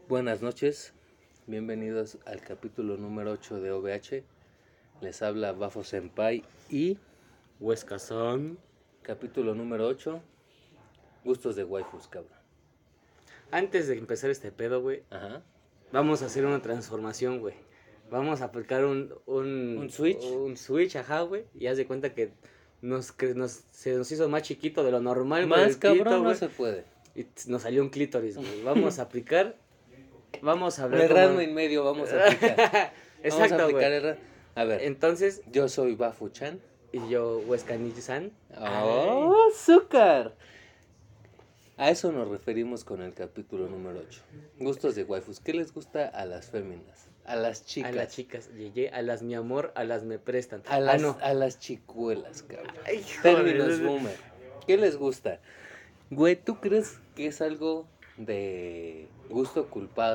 Buenas noches, bienvenidos al capítulo número 8 de OVH. Les habla Bafo Senpai y Huesca-san. capítulo número 8, gustos de waifus, cabrón. Antes de empezar este pedo, güey, Ajá. vamos a hacer una transformación, güey. Vamos a aplicar ¿Un switch? Un switch, ajá, güey. Y haz de cuenta que se nos hizo más chiquito de lo normal, güey. Más el cabrón pito, no güey. se puede. Y nos salió un clítoris, güey. Vamos a aplicar. Vamos a El ver cómo... Ranma en medio vamos a aplicar. Vamos a Exacto, aplicar güey. A ver, Entonces, yo soy Bafu-chan. y yo, Huesca-san. ¡Oh, azúcar! A eso nos referimos con el capítulo número 8. Gustos de waifus. ¿Qué les gusta a las féminas? A las chicas. A las chicas, Yeye, a las mi amor, a las me prestan. A las, no. a las chicuelas, cabrón. Ay, Términos joder. boomer. ¿Qué les gusta? Güey, ¿tú crees que es algo de gusto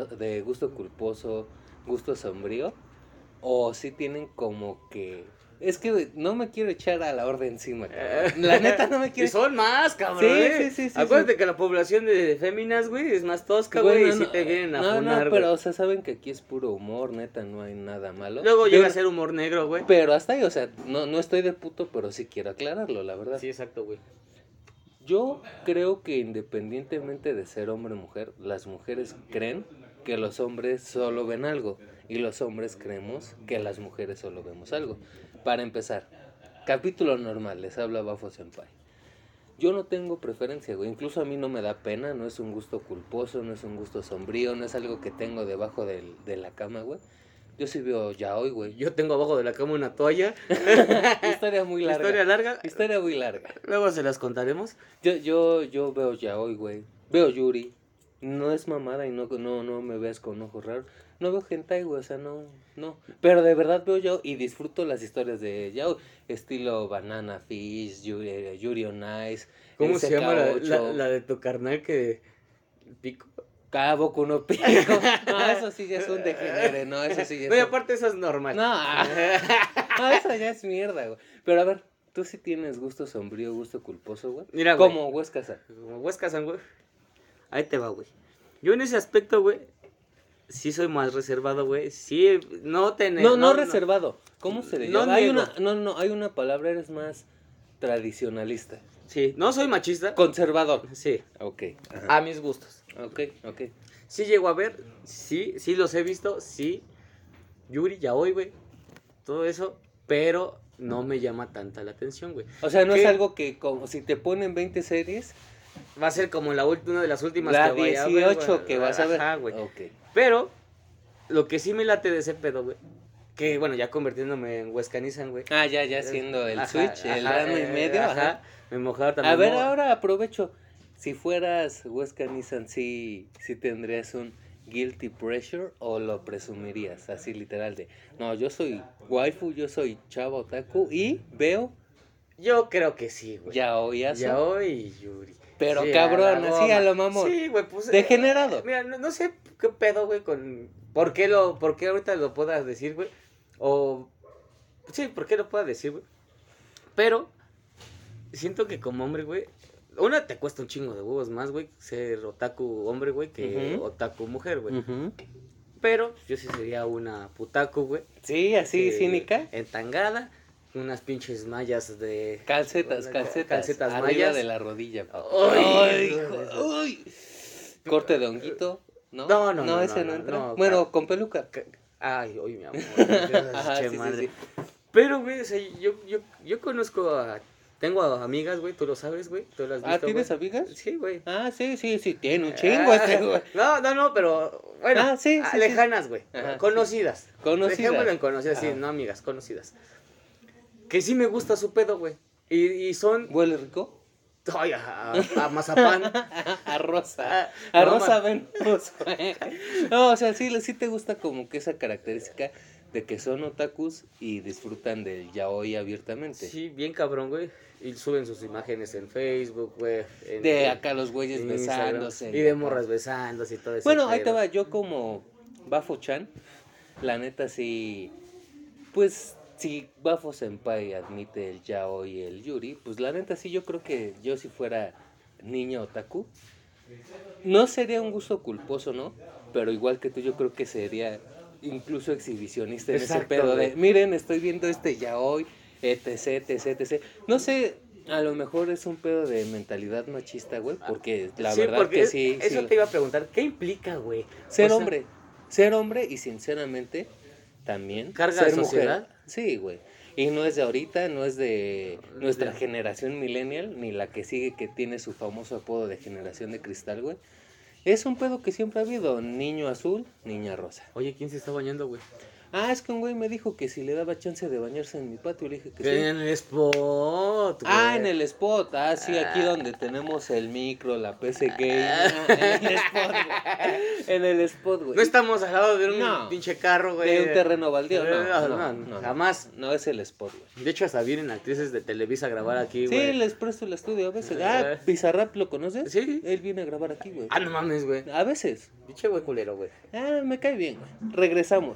culposo, gusto sombrío? ¿O sí tienen como que... Es que güey, no me quiero echar a la horda encima, cabrón. La neta no me Y quiero... son más, cabrón. Sí. Acuérdate que la población de féminas, güey, es más tosca, güey, y si te vienen a funar, No, güey. pero o sea, saben que aquí es puro humor, neta, no hay nada malo. Luego Pero- llega a ser humor negro, güey. Pero hasta ahí, o sea, no estoy de puto, pero sí quiero aclararlo, la verdad. Sí, exacto, güey. Yo creo que independientemente de ser hombre o mujer, las mujeres creen que los hombres solo ven algo y los hombres creemos que las mujeres solo vemos algo. Para empezar, capítulo normal, les habla Bafo Senpai. Yo no tengo preferencia, güey, incluso a mí no me da pena, no es un gusto culposo, no es un gusto sombrío, no es algo que tengo debajo de la cama, güey. Yo sí veo yaoi, güey. Yo tengo abajo de la cama una toalla. Historia muy larga. Historia larga. Historia muy larga. Luego se las contaremos. Yo veo yaoi, güey. Veo yuri. No es mamada y no me veas con ojos raros. No veo hentai, güey, o sea, no. Pero de verdad veo yaoi y disfruto las historias de yaoi. Estilo Banana Fish, Yuri on Ice. ¿Cómo el se llama CK8, la de tu carnal que... Pico? Cabo Kuno Pico. No, eso sí ya es un degenere, no, eso sí ya No, y es... aparte eso es normal. No, eso ya es mierda, güey. Pero a ver, ¿tú sí tienes gusto sombrío, gusto culposo, güey? Mira, güey. Como Huesca-san. Como Huesca-san, güey. Ahí te va, güey. Yo en ese aspecto, güey, sí soy más reservado, güey. Sí, no tener... No reservado. ¿Cómo se le no llama? niego. Hay una palabra, eres más tradicionalista. Sí, no soy machista. Conservador. Sí, Ok. Ajá. a mis gustos. Ok. Sí llego a ver, sí los he visto, sí. Yuri, yaoi, güey. Todo eso, pero no me llama tanta la atención, güey. O sea, no ¿Qué? es algo que como si te ponen 20 series, Va a ser como una de las últimas la que vaya a ver, 18 güey. que vas a ver. Ajá, güey. Ok. Pero, lo que sí me late de ese pedo, güey. Que, bueno, ya convirtiéndome en Huescanizan, güey. Ah, ya siendo el Ajá, switch, el ajá, ramo y medio. Ajá. Me mojaba también. A ver, ahora aprovecho. Si fueras Huesca Nissan, ¿sí tendrías un guilty pleasure o lo presumirías? Así literal de, no, yo soy waifu, yo soy chava otaku y veo Yo creo que sí, güey. yaoiazo. Yaoi y Yuri. Pero Sí, cabrón, la así a goma. lo mamón. Sí, güey, pues. Degenerado. Mira, no sé qué pedo, güey, con. ¿Por qué ahorita lo puedas decir, güey? O. Sí, ¿por qué lo puedas decir, güey? Pero. Siento que como hombre, güey. Una, te cuesta un chingo de huevos más, güey, ser otaku hombre, güey, que Ujú. otaku mujer, güey. Ujú. Pero yo sí sería una putaku, güey. Sí, así que- cínica. Entangada. Unas pinches mallas de. Calcetas Calcetas arriba mallas. de la rodilla. Ay, hijo, uy. Corte de honguito, ¿no? No, ese no, entra. no, Bueno, con peluca. Ay, oye, mi amor. Ajá, Che sí. madre. Pero, güey, o sea, yo conozco a. Tengo amigas, güey, tú lo sabes, güey. Tú las has visto, ¿Tienes güey. amigas? Sí, güey. Ah, sí, tiene un chingo ese, güey. No, pero. Bueno, Ah, sí. lejanas, güey. Ajá, Conocidas. Conocidas. Dejémoslo en conocidas, sí, Ajá. no amigas, conocidas. Que sí me gusta su pedo, güey. Y son. ¿Huele rico? Ay, a mazapán. A rosa. Ah, A no, rosa Venus, güey. No, o sea, sí te gusta como que esa característica de que son otakus y disfrutan del yaoi abiertamente. Sí, bien cabrón, güey. Y suben sus imágenes en Facebook, güey. De acá los güeyes en Instagram, besándose. Y de morras besándose y todo eso. Bueno, ahí te va, yo como Bafo-chan, la neta sí, pues si Bafo Senpai admite el yaoi y el yuri, pues la neta sí, yo creo que yo si fuera niño otaku, no sería un gusto culposo, ¿no? pero igual que tú, yo creo que sería incluso exhibicionista en ese Exacto, pedo de, güey. miren, estoy viendo este yaoi, etc, etc, etc. No sé, a lo mejor es un pedo de mentalidad machista, güey, porque la Sí, verdad porque que sí, eso sí. te iba a preguntar, ¿qué implica, güey? Ser O sea, hombre y sinceramente también ¿carga de ser mujer. sociedad? Sí, güey. Y no es de ahorita, no es de nuestra Ya. generación millennial, ni la que sigue que tiene su famoso apodo de generación de cristal, güey. Es un pedo que siempre ha habido, niño azul, niña rosa. Oye, ¿quién se está bañando, güey? Ah, es que un güey me dijo que si le daba chance de bañarse en mi patio, le dije que sí. En el spot, güey. Ah, en el spot. Ah, sí, aquí donde tenemos el micro, la PC Game. Ah, en el spot, güey. En el spot, güey. No estamos al lado de un No. pinche carro, güey. De un terreno baldío, No, jamás. No, es el spot, güey. De hecho, hasta vienen actrices de Televisa a grabar aquí, Sí, güey. les presto el estudio a veces. Ah, Bizarrap, ¿lo conoces? Sí. Él viene a grabar aquí, güey. Ah, no mames, güey. A veces. Pinche güey culero, güey. Ah, me cae bien, güey. Regresamos.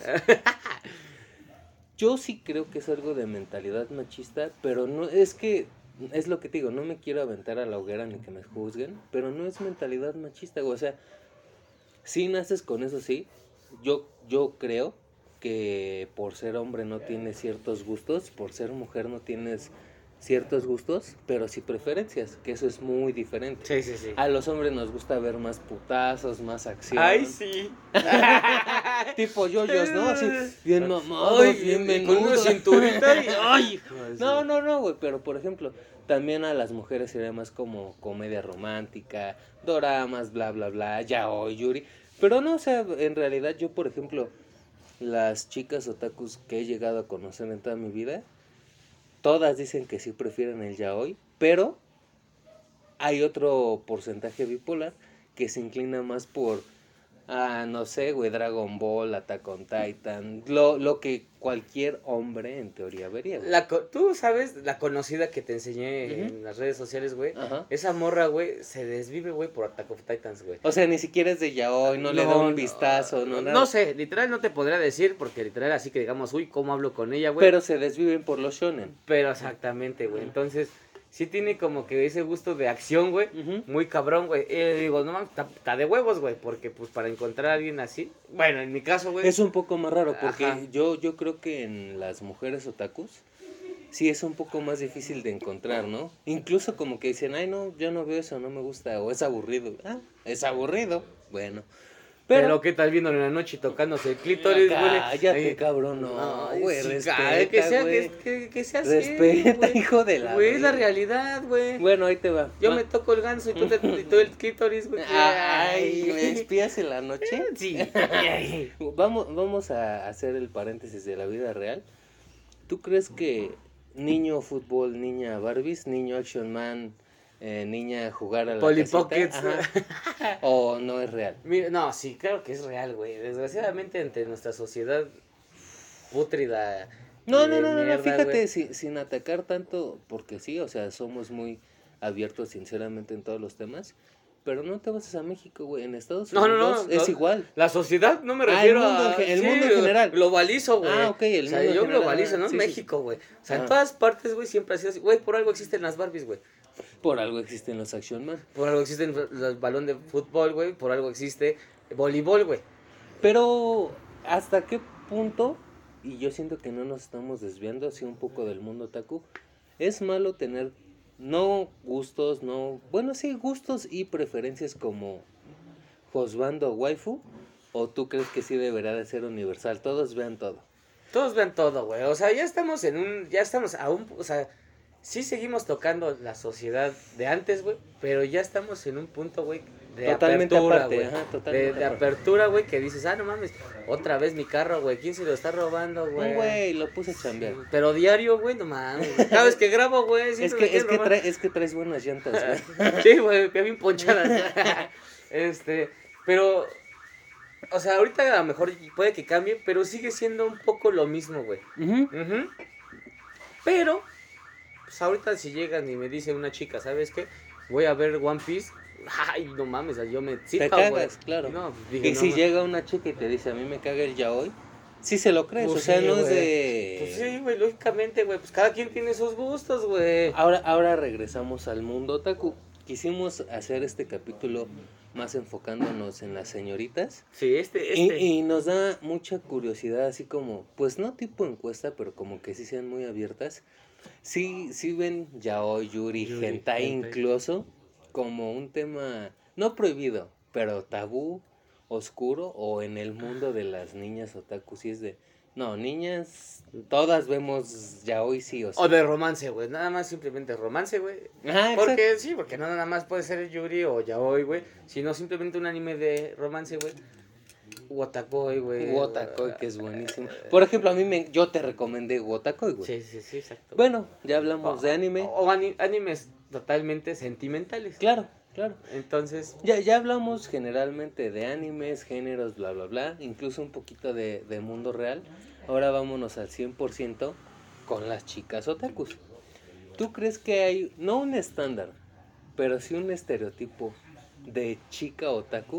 Yo sí creo que es algo de mentalidad machista, pero no, es que, es lo que te digo, no me quiero aventar a la hoguera ni que me juzguen, pero no es mentalidad machista, güey. O sea, si naces con eso, sí. Yo creo que por ser hombre no tienes ciertos gustos, por ser mujer no tienes ciertos gustos, pero sí preferencias, que eso es muy diferente. Sí, sí, sí. A los hombres nos gusta ver más putazos, más acción. Ay, sí. Tipo yoyos, ¿no? Así, bien mamados, Ay, bien con una menudos. cinturita y... Ay, hijo de su- No, güey, pero por ejemplo, también a las mujeres sería más como comedia romántica, doramas, bla, bla, bla, yaoi, yuri. Pero no, o sea, en realidad yo, por ejemplo, las chicas otakus que he llegado a conocer en toda mi vida, todas dicen que sí prefieren el yaoi, pero hay otro porcentaje bipolar que se inclina más por, no sé, güey, Dragon Ball, Attack on Titan, lo que cualquier hombre en teoría vería, güey. Tú sabes, la conocida que te enseñé Ujú. en las redes sociales, güey. Ajá. Esa morra, güey, se desvive, güey, por Attack of Titans, güey. O sea, ni siquiera es de yaoi, no le da un vistazo, no nada. No sé, literal no te podría decir, porque literal así que digamos, uy, ¿cómo hablo con ella, güey? Pero se desviven por los shonen. Pero exactamente, güey. Entonces, sí tiene como que ese gusto de acción, güey. Ujú. Muy cabrón, güey. Digo, no mames, está de huevos, güey. Porque, pues, para encontrar a alguien así. Bueno, en mi caso, güey. Es un poco más raro porque Ajá. yo creo que en las mujeres otakus sí es un poco más difícil de encontrar, ¿no? Incluso como que dicen, ay, no, yo no veo eso, no me gusta, o es aburrido. Ah, es aburrido. Bueno. Pero, ¿qué estás viendo en la noche tocándose el clítoris, güey? Cállate, cabrón, no, güey, sí, respeta, que sea, güey. que sea así, Respeta, güey. hijo de la Güey, es la verga. realidad, güey. Bueno, ahí te va. Yo Va. me toco el ganso y tú el clítoris, güey. Ay, ¿me espías en la noche? Sí. Vamos a hacer el paréntesis de la vida real. ¿Tú crees que niño fútbol, niña Barbies, niño Action Man, niña jugar a la Polly casita, Pockets. ajá, o no es real? Mira, no, sí, claro que es real, güey. Desgraciadamente, entre nuestra sociedad pútrida. No, de mierda, fíjate, güey. sin atacar tanto, porque sí, o sea, somos muy abiertos sinceramente en todos los temas, pero no te vas a México, güey, en Estados No, Unidos es no, igual. La sociedad, no me Ah, refiero el mundo a... el mundo en general. Globalizo, güey. Ah, ok, el O sea, mundo en yo general, globalizo, ¿no? sí, sí. México, güey. O sea, en Ajá. todas partes, güey, siempre ha sido así. Güey, por algo existen las Barbies, güey. Por algo existen los Action Man. Por algo existe el balón de fútbol, güey. Por algo existe voleibol, güey. Pero, ¿hasta qué punto? Y yo siento que no nos estamos desviando así un poco del mundo otaku. Es malo tener, no gustos, no... Bueno, sí, gustos y preferencias como Josbando o waifu. ¿O tú crees que sí deberá de ser universal? Todos vean todo. Todos vean todo, güey. O sea, ya estamos aún, o sea, sí seguimos tocando la sociedad de antes, güey, pero ya estamos en un punto, güey, de Totalmente apertura, aparte, güey. ajá, totalmente De aparte. apertura, güey, que dices, no mames, otra vez mi carro, güey, ¿quién se lo está robando, güey? Un güey, lo puse a chambear. Pero diario, güey, no mames. güey. Cada vez que grabo, güey, Es siempre me que, quieren robar. es que traes buenas llantas, güey. Sí, güey, que bien ponchadas. Pero, o sea, ahorita a lo mejor puede que cambie, pero sigue siendo un poco lo mismo, güey. Ujú. Ujú. Pero, pues ahorita si llegan y me dice una chica, ¿sabes qué? Voy a ver One Piece. Ay, no mames, yo me Te cito, cagas, güey. claro. No, pues, dije, Y no, si ma- llega una chica y te dice, a mí me caga el yaoi, sí se lo crees, Pues o sea, sí, no es güey. de... Pues sí, güey, lógicamente, güey, pues cada quien tiene sus gustos, güey. Ahora regresamos al mundo otaku. quisimos hacer este capítulo más enfocándonos en las señoritas. Sí, Y nos da mucha curiosidad, así como, pues no tipo encuesta, pero como que sí sean muy abiertas. Sí ven yaoi, yuri, Yuri, hentai hentai. incluso como un tema no prohibido, pero tabú, oscuro, o en el mundo de las niñas otaku, sí es de, no, niñas, todas vemos yaoi sí o sí. O de romance, güey. Nada más simplemente romance, güey. Ajá, exacto. Porque sí, porque no nada más puede ser Yuri o Yaoi, güey. Sino simplemente un anime de romance, güey. Wotakoi, güey. Wotakoi, que es buenísimo. Por ejemplo, yo te recomendé Wotakoi, güey. Sí, exacto. Bueno, ya hablamos de anime. O animes totalmente sentimentales. Claro. Entonces, Ya hablamos generalmente de animes, géneros, bla, bla, bla, incluso un poquito de mundo real. Ahora vámonos al 100% con las chicas otakus. ¿Tú crees que hay, no un estándar, pero sí un estereotipo de chica otaku?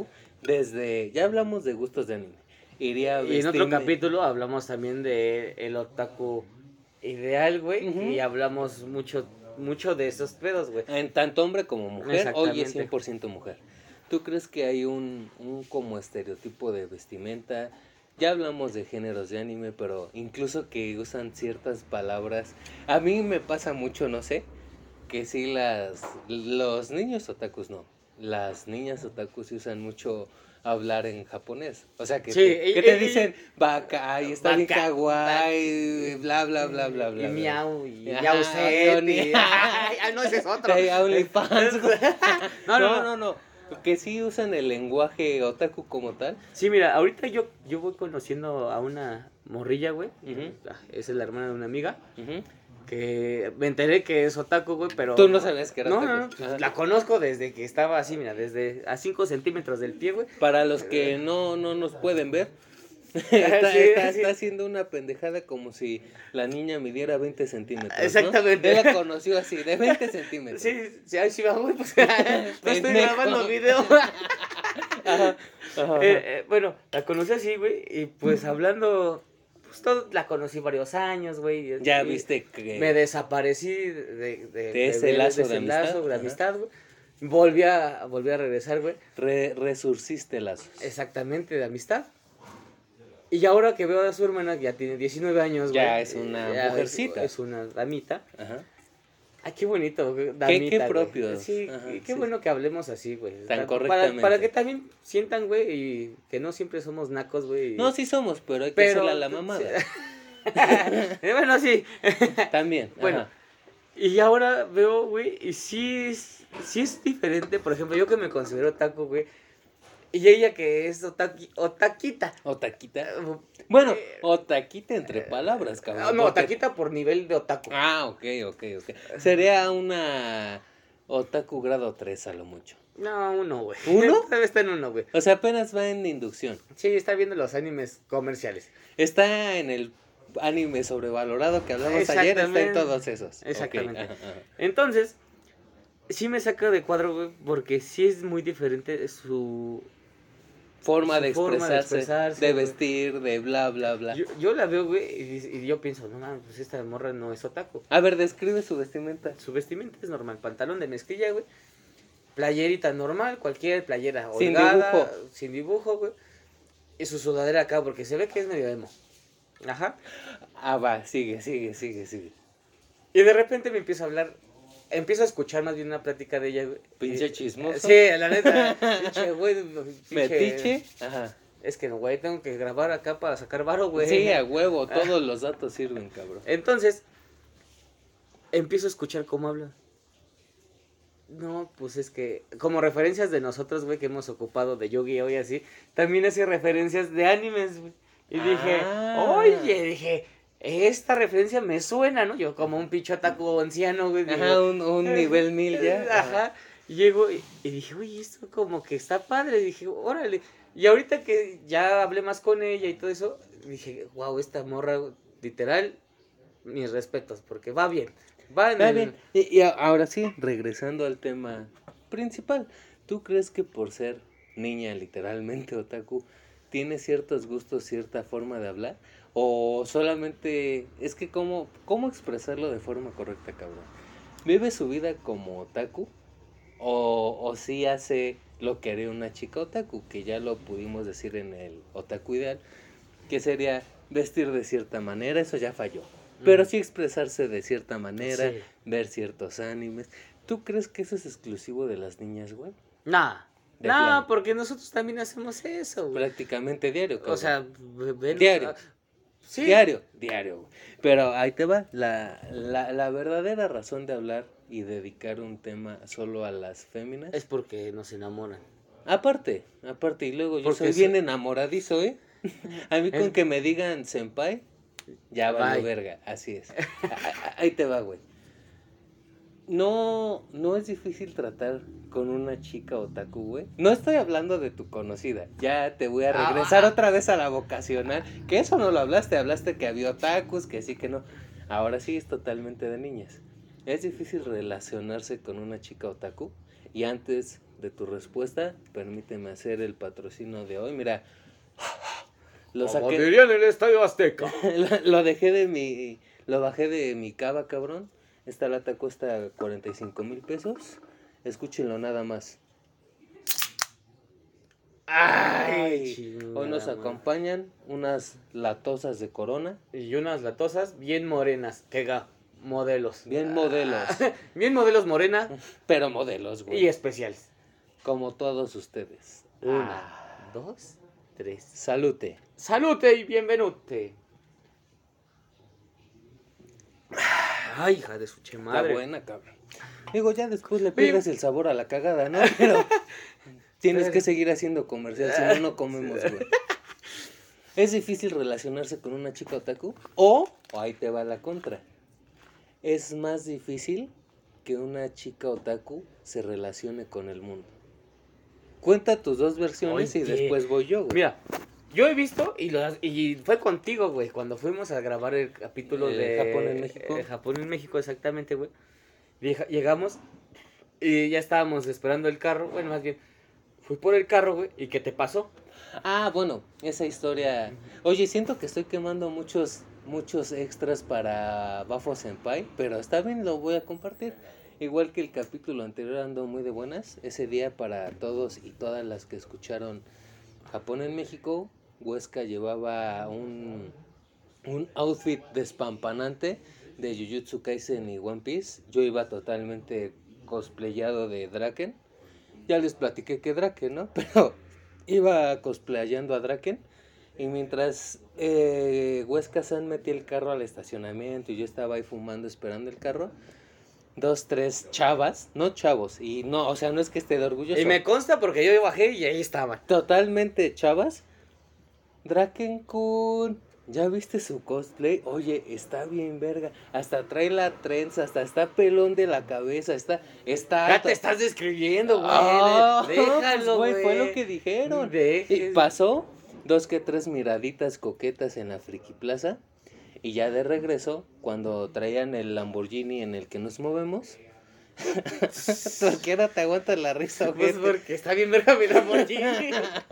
Ya hablamos de gustos de anime. Iría a y en otro vestirme- capítulo hablamos también de el otaku ideal, güey. Ujú. Y hablamos mucho de esos pedos, güey. En tanto hombre como mujer, hoy es Exactamente. 100% mujer. ¿Tú crees que hay un como estereotipo de vestimenta? Ya hablamos de géneros de anime, pero incluso que usan ciertas palabras. A mí me pasa mucho, no sé, que sí los niños otakus no. Las niñas otakus sí usan mucho hablar en japonés. O sea, que Sí, que te dicen baka, y está bien baka, kawaii, bla, bla, bla, bla, bla. Y miau, y Ajá, miauset, Oni. y... Ay, no, ese es otro. Hey, OnlyFans. No. No. Que sí usan el lenguaje otaku como tal. Sí, mira, ahorita yo voy conociendo a una morrilla, güey. Ujú. Esa es la hermana de una amiga. Ujú. Que me enteré que es otaku, güey, pero... Tú no sabías que era No, otaku. no, Ajá. la conozco desde que estaba así, mira, desde a 5 centímetros del pie, güey. Para los que no nos pueden ver, Sí. está haciendo una pendejada como si la niña midiera 20 centímetros. Exactamente. ¿no? Él la conoció así, de 20 centímetros. Sí, ahí sí va, güey, pues no estoy Pendejo. grabando video. Ajá. Bueno, la conocí así, güey, y pues hablando, pues la conocí varios años, güey. Ya y viste que me desaparecí de ese lazo de ese amistad. lazo de Ajá. amistad, güey. Volví a regresar, güey. Resurciste lazos. Exactamente, de amistad. Y ahora que veo a su hermana, que ya tiene 19 años, güey. Ya es una ya mujercita. Es una damita. Ajá. Ay, qué bonito, güey, damita, Qué güey. propios. Sí, Ajá, qué sí. bueno que hablemos así, güey. Tan Para- correctamente. Para que también sientan, güey, y que no siempre somos nacos, güey. No, sí somos, pero hay que Pero- hacerle a la mamada. Bueno, sí. También. Bueno, ajá. y ahora veo, güey, y sí es diferente. Por ejemplo, yo que me considero otaku, güey. Y ella que es otaquita. Otaquita. Bueno, otaquita entre palabras, No, cabrón. porque- otaquita por nivel de otaku. Ah, ok. Sería una otaku grado 3 a lo mucho. No, uno, güey. ¿Uno? Todavía está en uno, güey. O sea, apenas va en inducción. Sí, está viendo los animes comerciales. Está en el anime sobrevalorado que hablamos ayer, está en Exactamente. todos esos. Exactamente. Ok, ajá. Entonces, sí me saca de cuadro, güey, porque sí es muy diferente su Forma de Su forma de expresarse, expresarse, de güey. vestir, de bla, bla, bla. Yo la veo, güey, y yo pienso, no mames, pues esta morra no es otaku. A ver, describe su vestimenta. Su vestimenta es normal, pantalón de mezclilla, güey. Playerita normal, cualquier playera Sin holgada, dibujo. sin dibujo, güey. Y su sudadera acá, porque se ve que es medio emo. Ajá. Ah, va, sigue. Y de repente me empiezo a hablar, empiezo a escuchar más bien una plática de ella, güey. Pinche Y- chismoso. Sí, la neta, pinche, güey. Metiche. Ajá. Es que, güey, tengo que grabar acá para sacar varo, güey. Sí, a huevo, todos los datos sirven, cabrón. Entonces, empiezo a escuchar cómo habla. No, pues es que, como referencias de nosotros, güey, que hemos ocupado de Yu-Gi-Oh! Y así, también hace referencias de animes, güey. Y dije, oye, esta referencia me suena, ¿no? Yo como un pinche otaku anciano, güey. Ajá, digo, un nivel 1000 ya. Ajá. Y llego y dije, oye, esto como que está padre. Dije, órale. Y ahorita que ya hablé más con ella y todo eso, dije, wow, esta morra, literal, mis respetos, porque va bien. Va en Está el- bien. Y ahora sí, regresando al tema principal. ¿Tú crees que por ser niña, literalmente otaku, tiene ciertos gustos, cierta forma de hablar? ¿O solamente es que cómo expresarlo de forma correcta, cabrón? ¿Vive su vida como otaku? o sí hace lo que haría una chica otaku, que ya lo pudimos decir en el otaku ideal, que sería vestir de cierta manera, eso ya falló. Pero sí expresarse de cierta manera, Sí. ver ciertos animes. ¿Tú crees que eso es exclusivo de las niñas, güey? Nah. De Nah, plano. porque nosotros también hacemos eso, güey. Prácticamente diario, cabrón. O sea, ven. Diario. Sí. Diario, güey. Pero ahí te va, la verdadera razón de hablar y dedicar un tema solo a las féminas. Es porque nos enamoran. Aparte, y luego yo Porque soy bien enamoradizo, ¿eh? A mí con Es- que me digan senpai, ya valió Bye. verga, así es. Ahí te va, güey. No es difícil tratar con una chica otaku, güey. No estoy hablando de tu conocida. Ya te voy a regresar otra vez a la vocacional. Que eso no lo hablaste que había otakus, que sí, que no. Ahora sí es totalmente de niñas. Es difícil relacionarse con una chica otaku. Y antes de tu respuesta, permíteme hacer el patrocinio de hoy. Mira, lo Como saqué. dirían en el Estadio Azteca. Lo dejé de mi. Lo bajé de mi cava, cabrón. Esta lata cuesta 45,000 pesos. Escúchenlo nada más. Ay, Hoy nos chingada, acompañan unas latosas de Corona. Y unas latosas bien morenas. Modelos. Bien modelos. Bien modelos morena Pero modelos, y güey. especiales. Como todos ustedes. Una, dos, tres. Salute. Salute y bienvenute. Ay, hija de su che Está madre. buena, cabrón. Digo, ya después le pierdes el sabor a la cagada, ¿no? Pero tienes que seguir haciendo comercial, si no, no comemos, güey. ¿Es difícil relacionarse con una chica otaku? O ahí te va la contra. Es más difícil que una chica otaku se relacione con el mundo. Cuenta tus dos versiones y Oye, después voy yo, güey. Mira, yo he visto y fue contigo, güey, cuando fuimos a grabar el capítulo de Japón en México. Japón en México, exactamente, güey. Llegamos y ya estábamos esperando el carro. Bueno, más bien, fui por el carro, güey. ¿Y qué te pasó? Ah, bueno, esa historia. Oye, siento que estoy quemando muchos extras para Bafo Senpai, pero está bien, lo voy a compartir. Igual que el capítulo anterior ando muy de buenas. Ese día para todos y todas las que escucharon Japón en México, Huesca llevaba un outfit despampanante de Jujutsu Kaisen y One Piece. Yo iba totalmente cosplayado de Draken. Ya les platiqué que Draken, ¿no? Pero iba cosplayando a Draken. Y mientras Huesca-san metía el carro al estacionamiento y yo estaba ahí fumando esperando el carro, 2, 3 chavas, no chavos, y no, o sea, no es que esté de orgulloso. Y me consta porque yo bajé y ahí estaban. Totalmente chavas. Draken-kun, ¿ya viste su cosplay? Oye, está bien verga. Hasta trae la trenza, hasta está pelón de la cabeza, está Ya te estás describiendo, güey. pues, Déjalo, güey. fue lo que dijeron. Dejes. Y pasó 2 que 3 miraditas coquetas en la Friki Plaza. Y ya de regreso, cuando traían el Lamborghini en el que nos movemos. ¿Por qué no te aguantas la risa, güey? Pues porque está bien verga mi Lamborghini.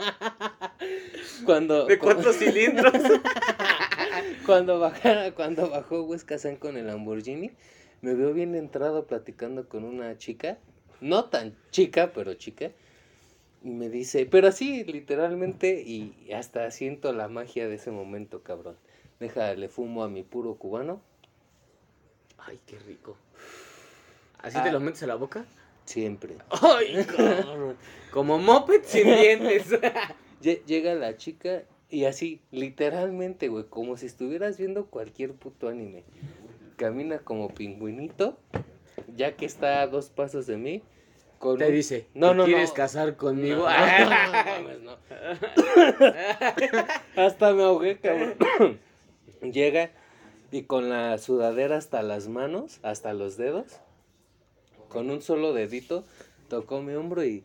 ¿De cuántos cilindros? Cuando bajó Huesca-san con el Lamborghini, me veo bien entrado platicando con una chica, no tan chica, pero chica, y me dice, pero así literalmente, y hasta siento la magia de ese momento, cabrón. Déjale fumo a mi puro cubano. Ay, qué rico. ¿Así te lo metes a la boca? Siempre. Ay, cabrón. Como moped sin dientes. Llega la chica y así, literalmente, güey, como si estuvieras viendo cualquier puto anime. Camina como pingüinito, ya que está a 2 pasos de mí. Te dice, no, ¿quieres casar conmigo? No, mames, no. Hasta me ahogué, cabrón. Llega y con la sudadera hasta las manos, hasta los dedos, con un solo dedito, tocó mi hombro y...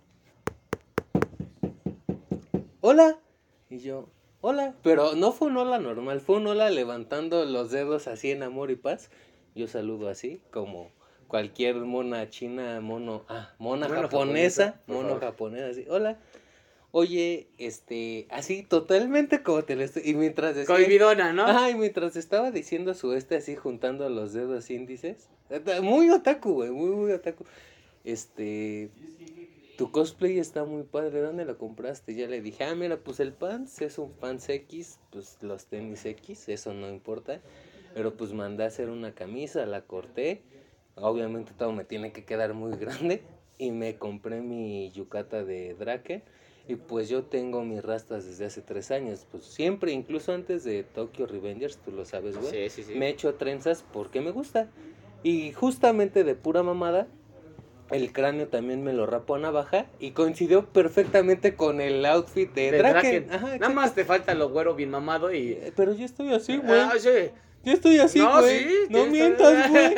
¡Hola! Y yo, hola. Pero no fue un hola normal, fue un hola levantando los dedos así en amor y paz. Yo saludo así, como cualquier mona china, mona japonesa, mono japonesa, así, hola. Oye, así totalmente como te lo estoy... Y mientras decía... Cohibidona, ¿no? Ay, mientras estaba diciendo su así, juntando los dedos índices. Muy otaku, güey, muy otaku. tu cosplay está muy padre, ¿dónde lo compraste? Ya le dije, mira, pues el Pants es un Pants X, pues los tenis X, eso no importa. Pero pues mandé a hacer una camisa, la corté. Obviamente todo me tiene que quedar muy grande. Y me compré mi yucata de Draken. Y pues yo tengo mis rastas desde hace 3 años. Pues siempre, incluso antes de Tokyo Revengers, tú lo sabes, güey. Sí. Me he hecho trenzas porque me gusta. Y justamente de pura mamada, el cráneo también me lo rapo a navaja. Y coincidió perfectamente con el outfit de Draken. Ajá, Nada más te falta lo güero bien mamado y... Pero yo estoy así, güey. Sí. Yo estoy así, No, güey. sí, No tienes mientas, güey.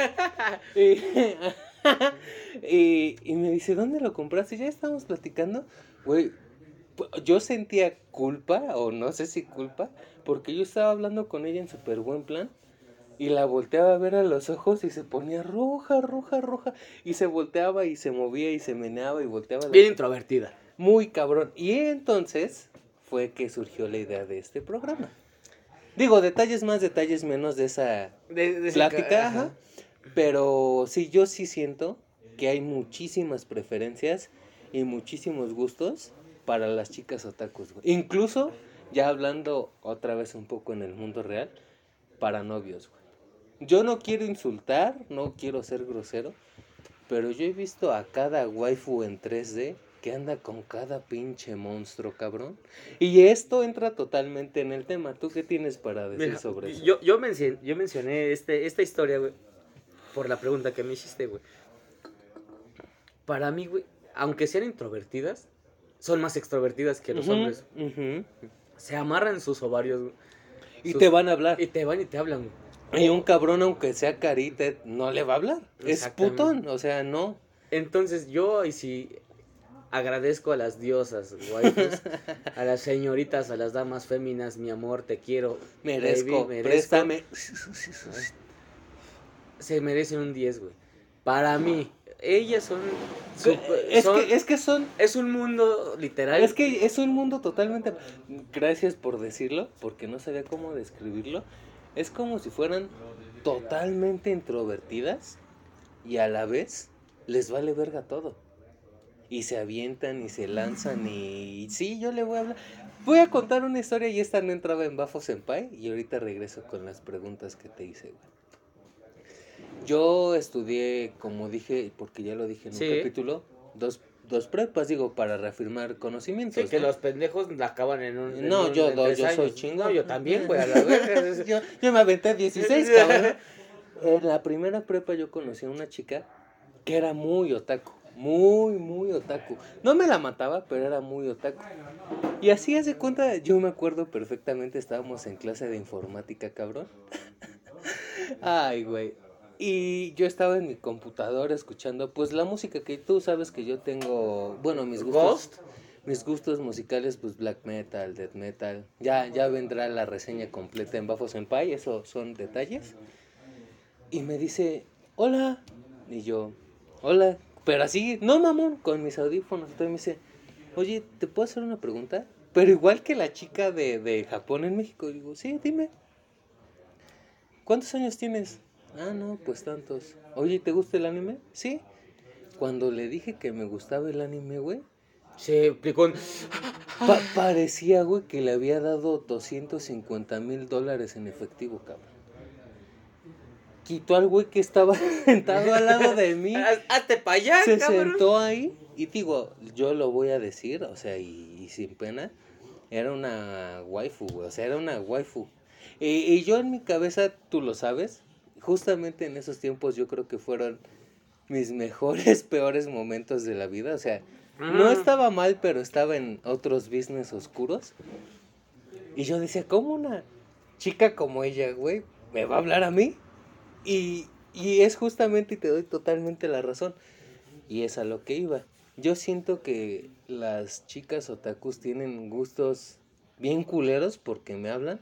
Y me dice, ¿dónde lo compraste? Ya estábamos platicando. Güey, yo sentía culpa, o no sé si culpa, porque yo estaba hablando con ella en súper buen plan. Y la volteaba a ver a los ojos y se ponía roja. Y se volteaba y se movía y se meneaba y volteaba. Bien introvertida. Muy cabrón. Y entonces fue que surgió la idea de este programa. Digo, detalles más, detalles menos de esa plática, ajá. Pero sí, yo sí siento que hay muchísimas preferencias y muchísimos gustos para las chicas otakus, güey. Incluso, ya hablando otra vez un poco en el mundo real, para novios, güey. Yo no quiero insultar, no quiero ser grosero, pero yo he visto a cada waifu en 3D que anda con cada pinche monstruo, cabrón. Y esto entra totalmente en el tema. ¿Tú qué tienes para decir Mira, sobre eso? Yo mencioné esta historia, güey, por la pregunta que me hiciste, güey. Para mí, güey, aunque sean introvertidas, son más extrovertidas que los hombres. Se amarran sus ovarios, güey. Y te van a hablar. Y te van y te hablan, güey. Y un cabrón, aunque sea carita, no le va a hablar. Es putón, o sea, no. Entonces yo, y si agradezco a las diosas, waifus, a las señoritas, a las damas féminas, mi amor, te quiero. Merezco, baby, préstame. Se merecen un 10, güey. Para mí, ellas son... Es un mundo literal. Es que es un mundo totalmente... Gracias por decirlo, porque no sabía cómo describirlo. Es como si fueran totalmente introvertidas y a la vez les vale verga todo. Y se avientan y se lanzan y... Sí, yo le voy a hablar. Voy a contar una historia y esta no entraba en Bafo Senpai y ahorita regreso con las preguntas que te hice, güey. Yo estudié, como dije, porque ya lo dije en un capítulo, dos prepas, digo, para reafirmar conocimientos. Sí, que los pendejos la acaban en un... No, yo soy chingón. No, yo también, güey, a la verga. yo me aventé 16, cabrón. En la primera prepa yo conocí a una chica que era muy otaku. Muy otaku. No me la mataba, pero era muy otaku. Y así hace cuenta, yo me acuerdo perfectamente, estábamos en clase de informática, cabrón. Ay, güey. Y yo estaba en mi computadora escuchando, pues, la música que tú sabes que yo tengo, bueno, mis gustos. ¿Ghost? Mis gustos musicales, pues, black metal, death metal. Ya vendrá la reseña completa en Bafo Senpai, eso son detalles. Y me dice, hola. Y yo, hola. Pero así, no mamón, con mis audífonos. Entonces me dice, oye, ¿te puedo hacer una pregunta? Pero igual que la chica de Japón en México. Y digo, sí, dime. ¿Cuántos años tienes? Ah, no, pues tantos. Oye, ¿te gusta el anime? Sí. Cuando le dije que me gustaba el anime, güey, se aplicó parecía, güey, que le había dado $250,000 en efectivo, cabrón. Quitó al güey que estaba sentado al lado de mí. Hazte para allá, se cabrón. Sentó ahí. Y digo, yo lo voy a decir, o sea, y sin pena, era una waifu, güey. O sea, era una waifu. Y yo en mi cabeza, tú lo sabes, justamente en esos tiempos yo creo que fueron mis mejores, peores momentos de la vida. O sea, no estaba mal, pero estaba en otros business oscuros. Y yo decía, ¿cómo una chica como ella, güey, me va a hablar a mí? Y es justamente, y te doy totalmente la razón, y es a lo que iba. Yo siento que las chicas otakus tienen gustos bien culeros porque me hablan.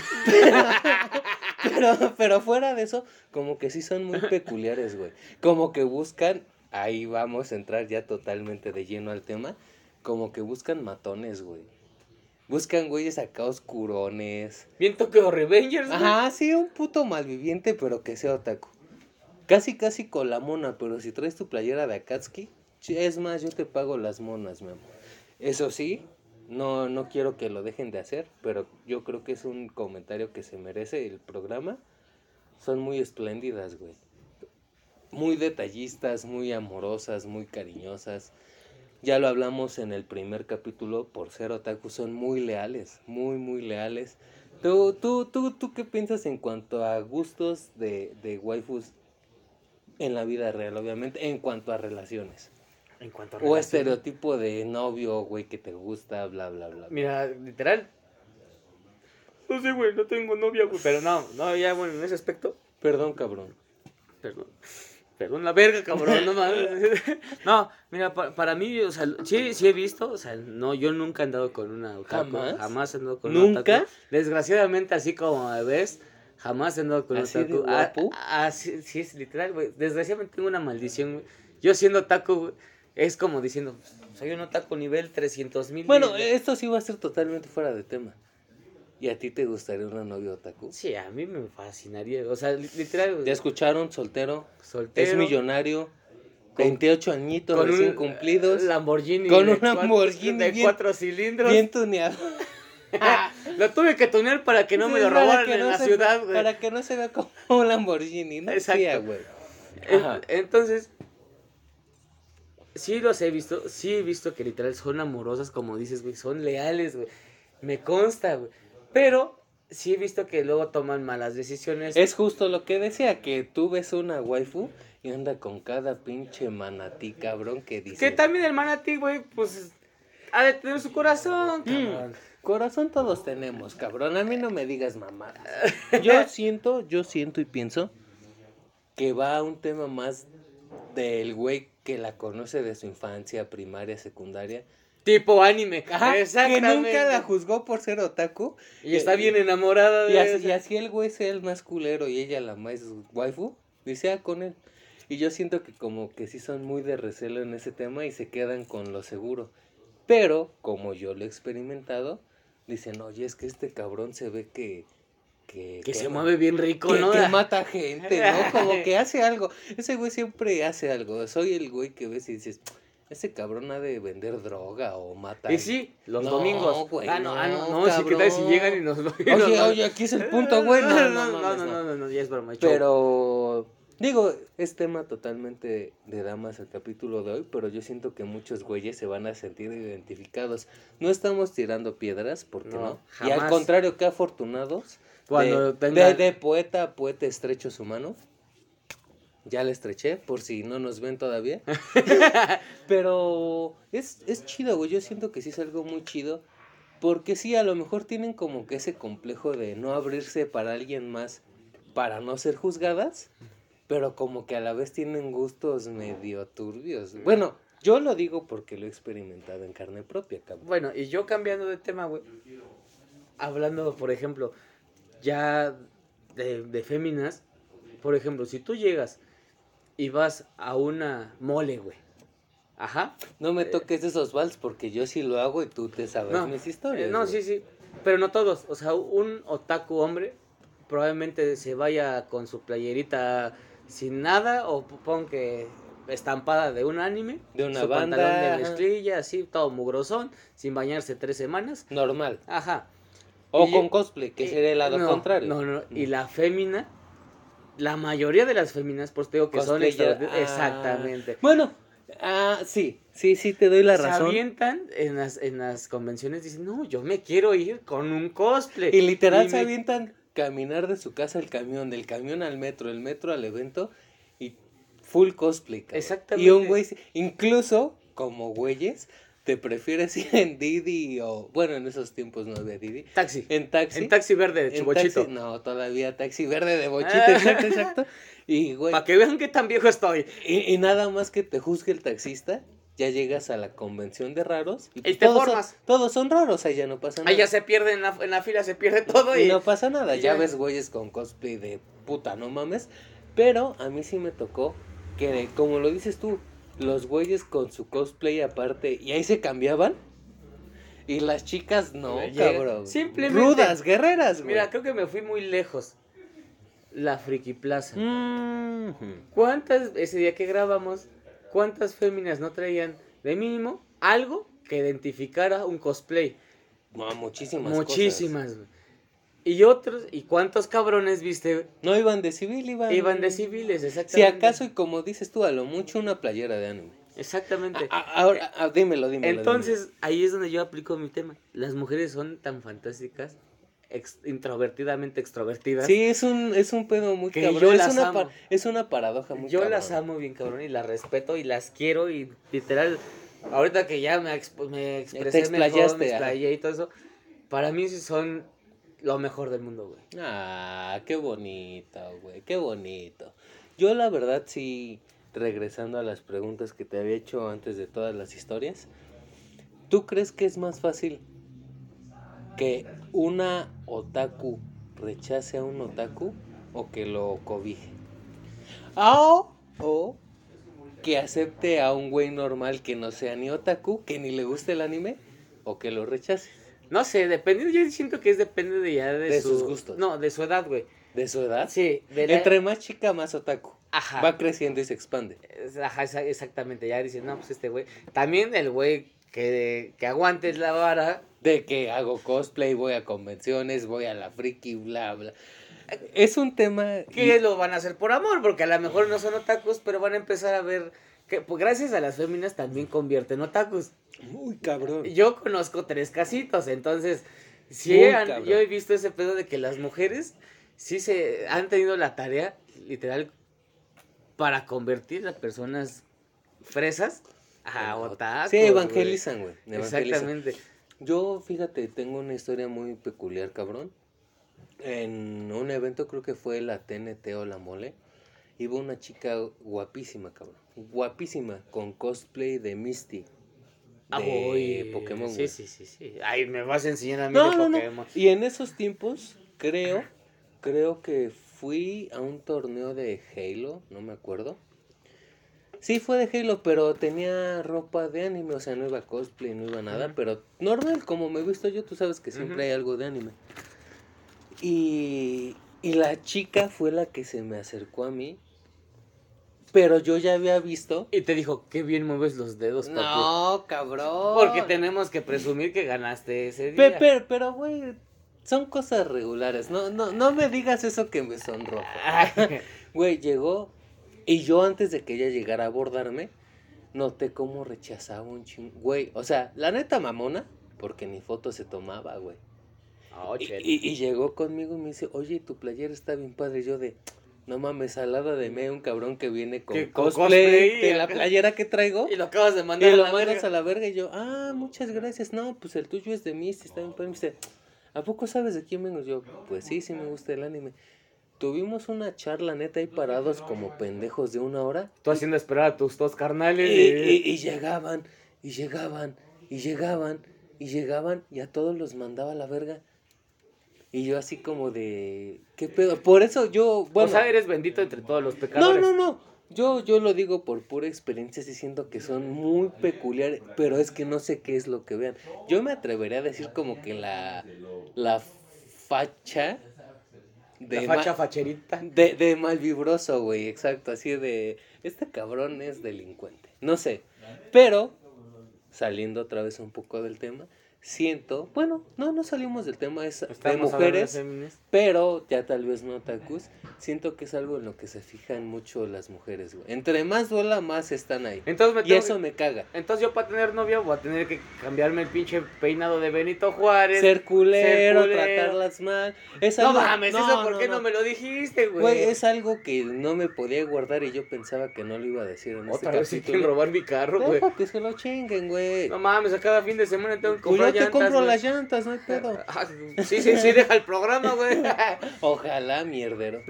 Pero fuera de eso, como que sí son muy peculiares, güey. Como que buscan, ahí vamos a entrar ya totalmente de lleno al tema, como que buscan matones, güey. Buscan güeyes acá oscurones. Bien Tokyo Revengers, güey. Ajá, sí, un puto malviviente, pero que sea otaku. Casi con la mona, pero si traes tu playera de Akatsuki, Es más, yo te pago las monas, mi amor. Eso sí, no quiero que lo dejen de hacer, pero yo creo que es un comentario que se merece el programa. Son muy espléndidas, güey. Muy detallistas, muy amorosas, muy cariñosas. Ya lo hablamos en el primer capítulo, por ser otaku, son muy leales, muy leales. ¿Tú qué piensas en cuanto a gustos de waifus en la vida real, obviamente, en cuanto a relaciones? En cuanto a O relaciones. estereotipo de novio, güey, que te gusta, bla, bla, bla. Mira, literal. No sé, güey, no tengo novia, güey. Pero no, ya, bueno, en ese aspecto. Perdón, cabrón. Perdón la verga, cabrón, no mames. No, mira, para mí, o sea, sí he visto, o sea, no, yo nunca he andado con una otaku. ¿Jamás? He andado con ¿Nunca? una otaku. Desgraciadamente, así como me ves, jamás he andado con una ¿Así de otaku. guapo? Sí, es literal, güey. Desgraciadamente tengo una maldición, güey. Yo siendo otaku, güey, es como diciendo, soy un otaku nivel 300,000. Bueno, esto sí va a ser totalmente fuera de tema. ¿Y a ti te gustaría una novia otaku? Sí, a mí me fascinaría, o sea, literal, güey. ¿Ya escucharon? Soltero. Soltero. Es millonario. 28 añitos Con recién un cumplidos. Lamborghini. Con de un Lamborghini de bien- 4 cilindros. Bien tuneado. Lo tuve que tunear para que no me lo Sí, para robaran que en no la se- ciudad, güey. Para que no se vea como un Lamborghini, ¿no? Exacto. Sí, güey. Ajá. Entonces, sí los he visto, sí he visto que literal son amorosas, como dices, güey, son leales, güey. Me consta, güey. Pero sí he visto que luego toman malas decisiones. Es justo lo que decía, que tú ves una waifu y anda con cada pinche manatí, cabrón, que dice... Que también el manatí, güey, pues ha de tener su corazón, cabrón. Corazón todos tenemos, cabrón. A mí no me digas mamadas. Yo siento y pienso que va a un tema más del güey que la conoce de su infancia, primaria, secundaria. Tipo anime. Ajá, que Exactamente. nunca la juzgó por ser otaku. Y está bien enamorada de Y así el güey sea el más culero y ella la más waifu, dice con él. Y yo siento que como que sí son muy de recelo en ese tema y se quedan con lo seguro. Pero, como yo lo he experimentado, dicen, oye, es que este cabrón se ve que se mueve bien rico, que, ¿no? que mata gente, ¿no? Como que hace algo. Ese güey siempre hace algo. Soy el güey que ves y dices, ese cabrón ha de vender droga o mata. Y sí, los No, domingos. güey, no, sí, ¿qué tal cabrón. si llegan y nos Oye, aquí es el punto, güey. No, ya es broma. Pero, digo, es tema totalmente de damas el capítulo de hoy, pero yo siento que muchos güeyes se van a sentir identificados. No estamos tirando piedras, porque no. Y al jamás. contrario, qué afortunados. Cuando de poeta a poeta estrecho su mano. Ya le estreché, por si no nos ven todavía. Pero es chido, güey. Yo siento que sí es algo muy chido. Porque sí, a lo mejor tienen como que ese complejo de no abrirse para alguien más para no ser juzgadas. Pero como que a la vez tienen gustos medio turbios. Bueno, yo lo digo porque lo he experimentado en carne propia, cabrón. Bueno, y yo cambiando de tema, güey. Hablando, por ejemplo, ya de féminas. Por ejemplo, si tú llegas y vas a una mole, güey. Ajá. No me toques esos vals porque yo sí lo hago y tú te sabes mis historias. No, güey. sí. Pero no todos. O sea, un otaku hombre probablemente se vaya con su playerita sin nada o pon que estampada de un anime. De una su banda. pantalón de mezclilla, así, todo mugrosón, sin bañarse 3 semanas. Normal. Ajá. O Y- con cosplay, que sería el lado contrario. No. Y la fémina, la mayoría de las féminas, pues te digo que son Cosplayer, exactamente. Bueno, sí, te doy la Se razón. avientan en las convenciones, dicen, no, yo me quiero ir con un cosplay. Y literal Y se me- avientan caminar de su casa al camión, del camión al metro, el metro al evento y full cosplay, cabrón. Exactamente. Y un güey, incluso como güeyes, te prefieres ir en Didi o, bueno, en esos tiempos no había Didi. Taxi. En taxi. En taxi verde de En Chubochito. taxi, no, todavía taxi verde de bochito, exacto. Y, güey, Para que vean qué tan viejo estoy. y nada más que te juzgue el taxista, ya llegas a la convención de raros. Y te formas. Todos son raros, ahí ya no pasa nada. Ahí ya se pierde en la fila, se pierde todo Y y... no pasa nada, y ya ya. ves güeyes con cosplay de puta, no mames. Pero a mí sí me tocó que, como lo dices tú, los güeyes con su cosplay aparte, y ahí se cambiaban. Y las chicas no, Llega- cabrón. simplemente- Rudas, guerreras, güey. Mira, creo que me fui muy lejos. La Friki Plaza. Mhm. ¿Cuántas, ese día que grabamos, ¿cuántas féminas no traían de mínimo algo que identificara un cosplay? No, Muchísimas, güey. Y otros, ¿y cuántos cabrones viste, güey? No iban de civil, Iban de civiles, exactamente. Si acaso, y como dices tú, a lo mucho una playera de anime. Exactamente. Ahora, dímelo. Entonces, ahí es donde yo aplico mi tema. Las mujeres son tan fantásticas, introvertidamente extrovertidas. Sí, es un pedo muy que cabrón. yo las amo. Es una paradoja muy Yo cabrón. las amo bien cabrón y las respeto y las quiero y literal, ahorita que ya me expresé mejor, me explayé y todo eso, para mí sí son lo mejor del mundo, güey. Ah, qué bonito, güey, qué bonito. Yo la verdad sí, regresando a las preguntas que te había hecho antes de todas las historias, ¿tú crees que es más fácil que una otaku rechace a un otaku o que lo cobije? O que acepte a un güey normal que no sea ni otaku, que ni le guste el anime, o que lo rechace. No sé, depende, yo siento que depende de ya De sus gustos. No, de su edad, güey. ¿De su edad? Sí. Entre más chica, más otaku. Ajá. Va creciendo y se expande. Ajá, exactamente, ya dicen, no, pues este güey. También el güey que aguantes la vara. De que hago cosplay, voy a convenciones, voy a la friki, bla, bla. Es un tema... Que lo van a hacer por amor, porque a lo mejor no son otakus, pero van a empezar a ver que pues, gracias a las féminas también convierten otakus. Muy cabrón. Yo conozco 3 casitos, entonces sí yo he visto ese pedo de que las mujeres sí se han tenido la tarea, literal, para convertir a personas fresas a otakus. Sí, evangelizan, güey. Exactamente. Yo, fíjate, tengo una historia muy peculiar, cabrón. En un evento, creo que fue la TNT o la Mole, iba una chica guapísima, cabrón. Guapísima, con cosplay de Misty. De Pokémon, güey. Sí. Ay, me vas a enseñar a mí de Pokémon. No. Y en esos tiempos, creo que fui a un torneo de Halo, no me acuerdo. Sí, fue de Halo, pero tenía ropa de anime, o sea, no iba cosplay, no iba nada, pero normal, como me he visto yo, tú sabes que siempre hay algo de anime. Y la chica fue la que se me acercó a mí, pero yo ya había visto. Y te dijo, qué bien mueves los dedos, papi. No, cabrón. Porque tenemos que presumir que ganaste ese día. Pero, güey, son cosas regulares, no me digas eso que me sonroja. Güey, llegó... Y yo antes de que ella llegara a abordarme, noté cómo rechazaba un chingo. Güey, o sea, la neta mamona, porque ni foto se tomaba, güey. Oh, y llegó conmigo y me dice, oye, tu playera está bien padre. Y yo de, no mames, salada de mí, un cabrón que viene con cosplay de la playera que traigo. Y lo acabas de mandar y lo mandas a la verga. Y yo, muchas gracias. No, pues el tuyo es de mí, está bien padre. Me dice, ¿a poco sabes de quién vengo? Yo, pues sí me gusta el anime. Tuvimos una charla neta ahí parados como pendejos de 1 hora. Tú haciendo esperar a tus 2 carnales. Y llegaban, y llegaban, y llegaban, y llegaban, y a todos los mandaba a la verga. Y yo así como de, ¿qué pedo? Por eso yo, bueno. O sea, eres bendito entre todos los pecadores. No. Yo lo digo por pura experiencia, sí siento que son muy peculiares, pero es que no sé qué es lo que vean. Yo me atrevería a decir como que la facha... facherita. De malvibroso, güey, exacto, así de, este cabrón es delincuente, no sé, pero, saliendo otra vez un poco del tema, siento, bueno, no salimos del tema, es de mujeres, pero ya tal vez no otakus, siento que es algo en lo que se fijan mucho las mujeres, güey. Entre más duela, más están ahí. Entonces eso me caga. Entonces yo para tener novia voy a tener que cambiarme el pinche peinado de Benito Juárez. Ser culero, tratarlas mal. Es algo, no mames, eso ¿por qué no me lo dijiste, güey? Güey, es algo que no me podía guardar y yo pensaba que no lo iba a decir en este capítulo. Si quieren robar mi carro, güey. Que se lo chinguen, güey. No mames, a cada fin de semana tengo que comprar llantas. Yo te compro las llantas, no hay pedo. Sí, deja el programa, güey. Ojalá, mierdero.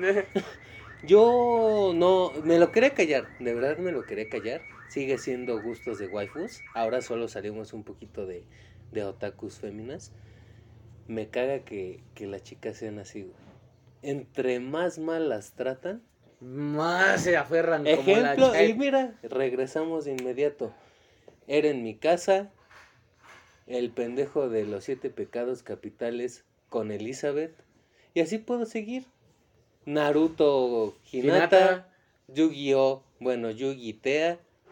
Yo no, me lo quería callar, de verdad me lo quería callar. Sigue siendo gustos de waifus. Ahora solo salimos un poquito de otakus féminas. Me caga que las chicas sean así, güey. Entre más mal las tratan, más se aferran. Ejemplo, como la y mira, regresamos de inmediato. Era en mi casa, el pendejo de los 7 pecados capitales con Elizabeth. Y así puedo seguir. Naruto Hinata, Yu-Gi-Oh, bueno, Yugi Tea,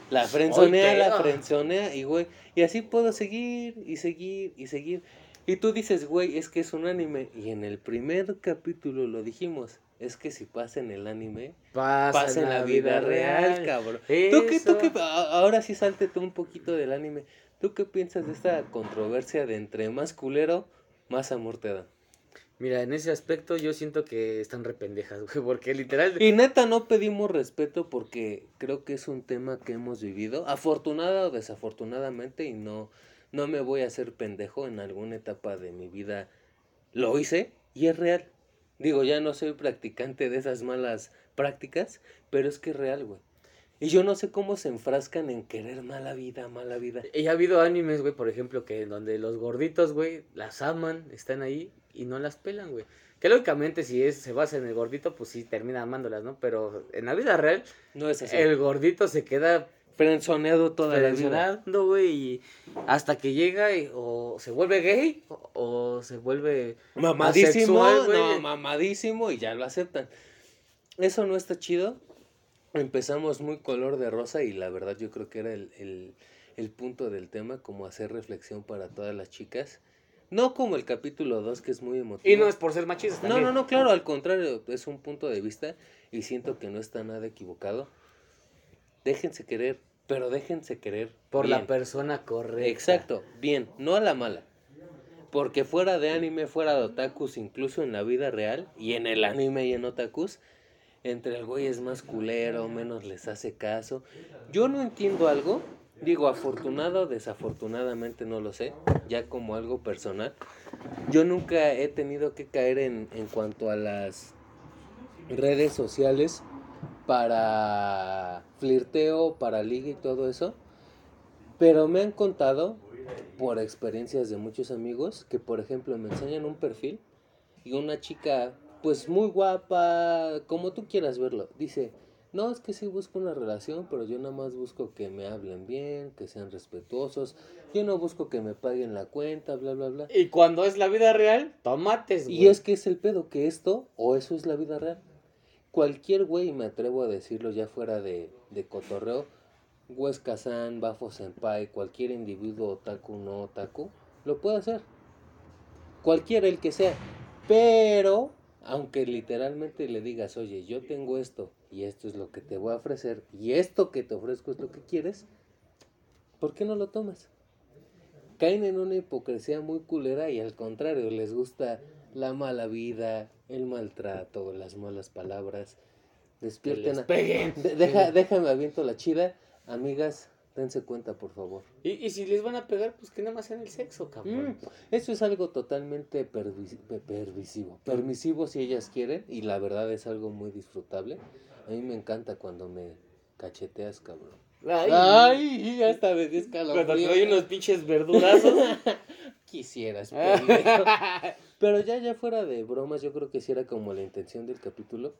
La frenzonea, y güey, y así puedo seguir, y seguir, y seguir. Y tú dices, güey, es que es un anime, y en el primer capítulo lo dijimos, es que si pasa en el anime, pasa en la vida real, cabrón. Eso. Ahora sí sáltete un poquito del anime. ¿Tú qué piensas de esta controversia de entre más culero, más amor te da? Mira, en ese aspecto yo siento que están rependejas, güey, porque literal... Y neta no pedimos respeto porque creo que es un tema que hemos vivido, afortunada o desafortunadamente, y no me voy a hacer pendejo. En alguna etapa de mi vida lo hice y es real. Digo, ya no soy practicante de esas malas prácticas, pero es que es real, güey. Y yo no sé cómo se enfrascan en querer mala vida, mala vida. Y ha habido animes, güey, por ejemplo, que donde los gorditos, güey, las aman, están ahí y no las pelan, güey. Que lógicamente si se basa en el gordito, pues sí termina amándolas, ¿no? Pero en la vida real, No es así. el gordito se queda Frenzoneado toda la vida. frencionando, güey, y hasta que llega o se vuelve gay o se vuelve Mamadísimo, asexual, güey. no, mamadísimo y ya lo aceptan. Eso no está chido. Empezamos muy color de rosa y la verdad yo creo que era el punto del tema, como hacer reflexión para todas las chicas. No como el capítulo 2 que es muy emotivo. Y no es por ser machista también. No, claro, al contrario, es un punto de vista y siento que no está nada equivocado. Déjense querer, pero déjense querer Por bien. la persona correcta. Exacto, bien, no a la mala. Porque fuera de anime, fuera de otakus, incluso en la vida real, y en el anime y en otakus, entre el güey es más culero, menos les hace caso. Yo no entiendo algo, digo, afortunado o desafortunadamente no lo sé, ya como algo personal. Yo nunca he tenido que caer en cuanto a las redes sociales para flirteo, para liga y todo eso. Pero me han contado, por experiencias de muchos amigos, que por ejemplo me enseñan un perfil y una chica, pues muy guapa, como tú quieras verlo, dice, no, es que sí busco una relación, pero yo nada más busco que me hablen bien, que sean respetuosos, yo no busco que me paguen la cuenta, bla, bla, bla. Y cuando es la vida real, tomates, güey. Y es que es el pedo, que esto, o eso es la vida real. Cualquier güey, me atrevo a decirlo ya fuera de cotorreo, Huesca-san, Bafo Senpai, cualquier individuo otaku no otaku, lo puede hacer. Cualquiera, el que sea. Pero, aunque literalmente le digas, oye, yo tengo esto y esto es lo que te voy a ofrecer y esto que te ofrezco es lo que quieres, ¿por qué no lo tomas? Caen en una hipocresía muy culera y al contrario, les gusta la mala vida, el maltrato, las malas palabras. Despierten. Que les peguen. Déjame aviento la chida. Amigas, dense cuenta, por favor. Y si les van a pegar, pues que nada más sean el sexo, cabrón. Eso es algo totalmente permisivo si ellas quieren, y la verdad es algo muy disfrutable. A mí me encanta cuando me cacheteas, cabrón. Ay, hasta me dio escalofrío. Cuando te doy unos pinches verdurazos. Quisieras, pendejo. Pero ya fuera de bromas, yo creo que sí era como la intención del capítulo.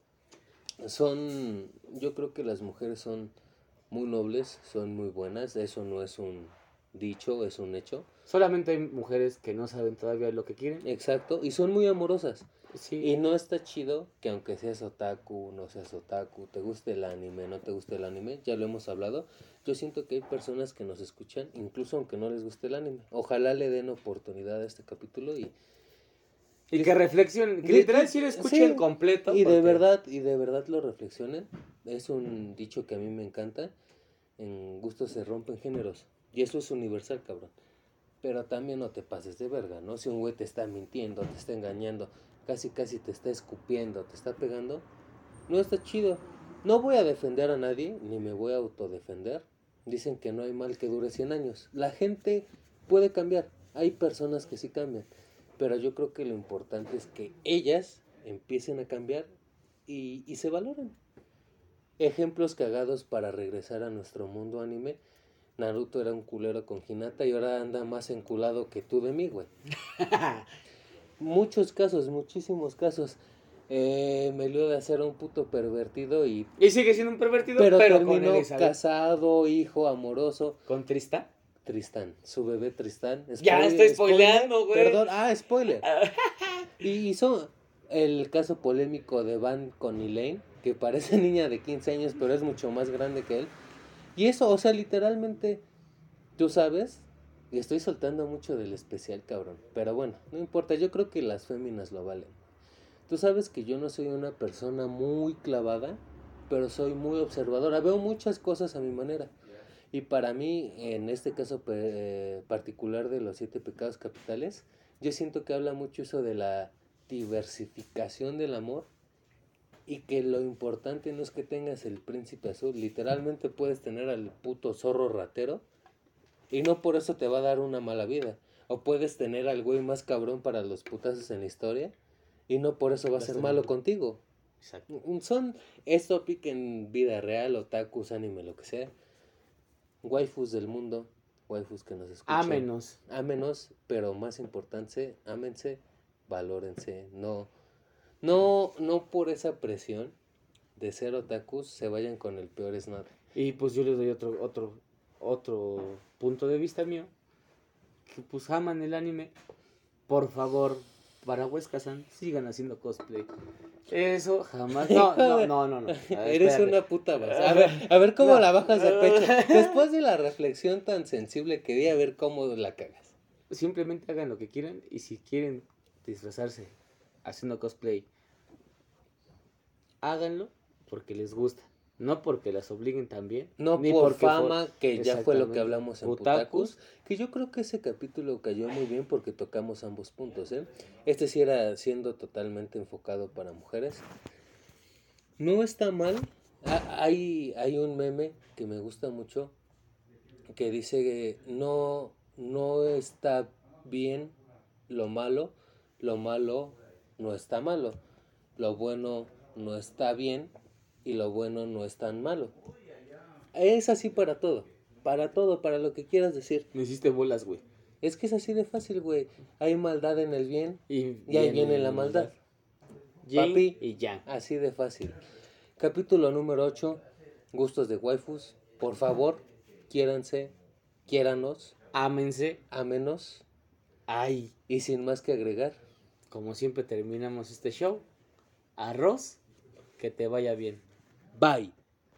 Yo creo que las mujeres son muy nobles, son muy buenas, eso no es un dicho, es un hecho. Solamente hay mujeres que no saben todavía lo que quieren. Exacto, y son muy amorosas. Sí. Y no está chido que aunque seas otaku, no seas otaku, te guste el anime, no te guste el anime, ya lo hemos hablado. Yo siento que hay personas que nos escuchan, incluso aunque no les guste el anime. Ojalá le den oportunidad a este capítulo y que reflexionen, que literal sí lo escuchen completo. Y de verdad lo reflexionen. Es un dicho que a mí me encanta. En gustos se rompen géneros. Y eso es universal, cabrón. Pero también no te pases de verga, ¿no? Si un güey te está mintiendo, te está engañando, casi te está escupiendo, te está pegando, no está chido. No voy a defender a nadie, ni me voy a autodefender. Dicen que no hay mal que dure 100 años. La gente puede cambiar. Hay personas que sí cambian. Pero yo creo que lo importante es que ellas empiecen a cambiar y se valoren. Ejemplos cagados para regresar a nuestro mundo anime. Naruto era un culero con Hinata y ahora anda más enculado que tú de mí, güey. Muchos casos, muchísimos casos. Meliodas era un puto pervertido y sigue siendo un pervertido, pero terminó con casado, hijo, amoroso. ¿Con Tristán, su bebé Tristán. Ya estoy spoileando, güey. Perdón, spoiler. Y hizo el caso polémico de Van con Elaine, que parece niña de 15 años, pero es mucho más grande que él. Y eso, o sea, literalmente, tú sabes, y estoy soltando mucho del especial, cabrón. Pero bueno, no importa, yo creo que las féminas lo valen. Tú sabes que yo no soy una persona muy clavada, pero soy muy observadora. Veo muchas cosas a mi manera. Y para mí, en este caso particular de los 7 pecados capitales, yo siento que habla mucho eso de la diversificación del amor y que lo importante no es que tengas el príncipe azul, literalmente puedes tener al puto zorro ratero y no por eso te va a dar una mala vida. O puedes tener al güey más cabrón para los putazos en la historia y no por eso va a ser malo contigo. Exacto. Son, es topic en vida real, otakus, anime, lo que sea. Waifus del mundo, waifus que nos escuchen. Ámenos. Ámenos, pero más importante, ámense, valórense. No por esa presión de ser otakus se vayan con el peor snap. Y pues yo les doy otro punto de vista mío. Que pues aman el anime. Por favor, para Huesca-san, sigan haciendo cosplay. Eso jamás. No. Eres Espérate. una puta base. A ver cómo No. la bajas de pecho. Después de la reflexión tan sensible que di, a ver cómo la cagas. Simplemente hagan lo que quieran y si quieren disfrazarse haciendo cosplay, háganlo porque les gusta. No porque las obliguen también. No ni por porque fama, que ya fue lo que exactamente. hablamos en Otakus. Putakus. Que yo creo que ese capítulo cayó muy bien porque tocamos ambos puntos, ¿eh? Este sí era siendo totalmente enfocado para mujeres. No está mal. Hay un meme que me gusta mucho que dice que no está bien lo malo no está malo, lo bueno no está bien y lo bueno no es tan malo. Es así para todo, para lo que quieras decir. Me hiciste bolas, güey. Es que es así de fácil, güey. Hay maldad en el bien Y ahí viene la maldad. Yin Papi, y yang. así de fácil. Capítulo número 8, gustos de waifus. Por favor, quiéranse, quiéranos, Ámense. ámenos. Ay, Y sin más que agregar, como siempre terminamos este show. Arroz, que te vaya bien. bye.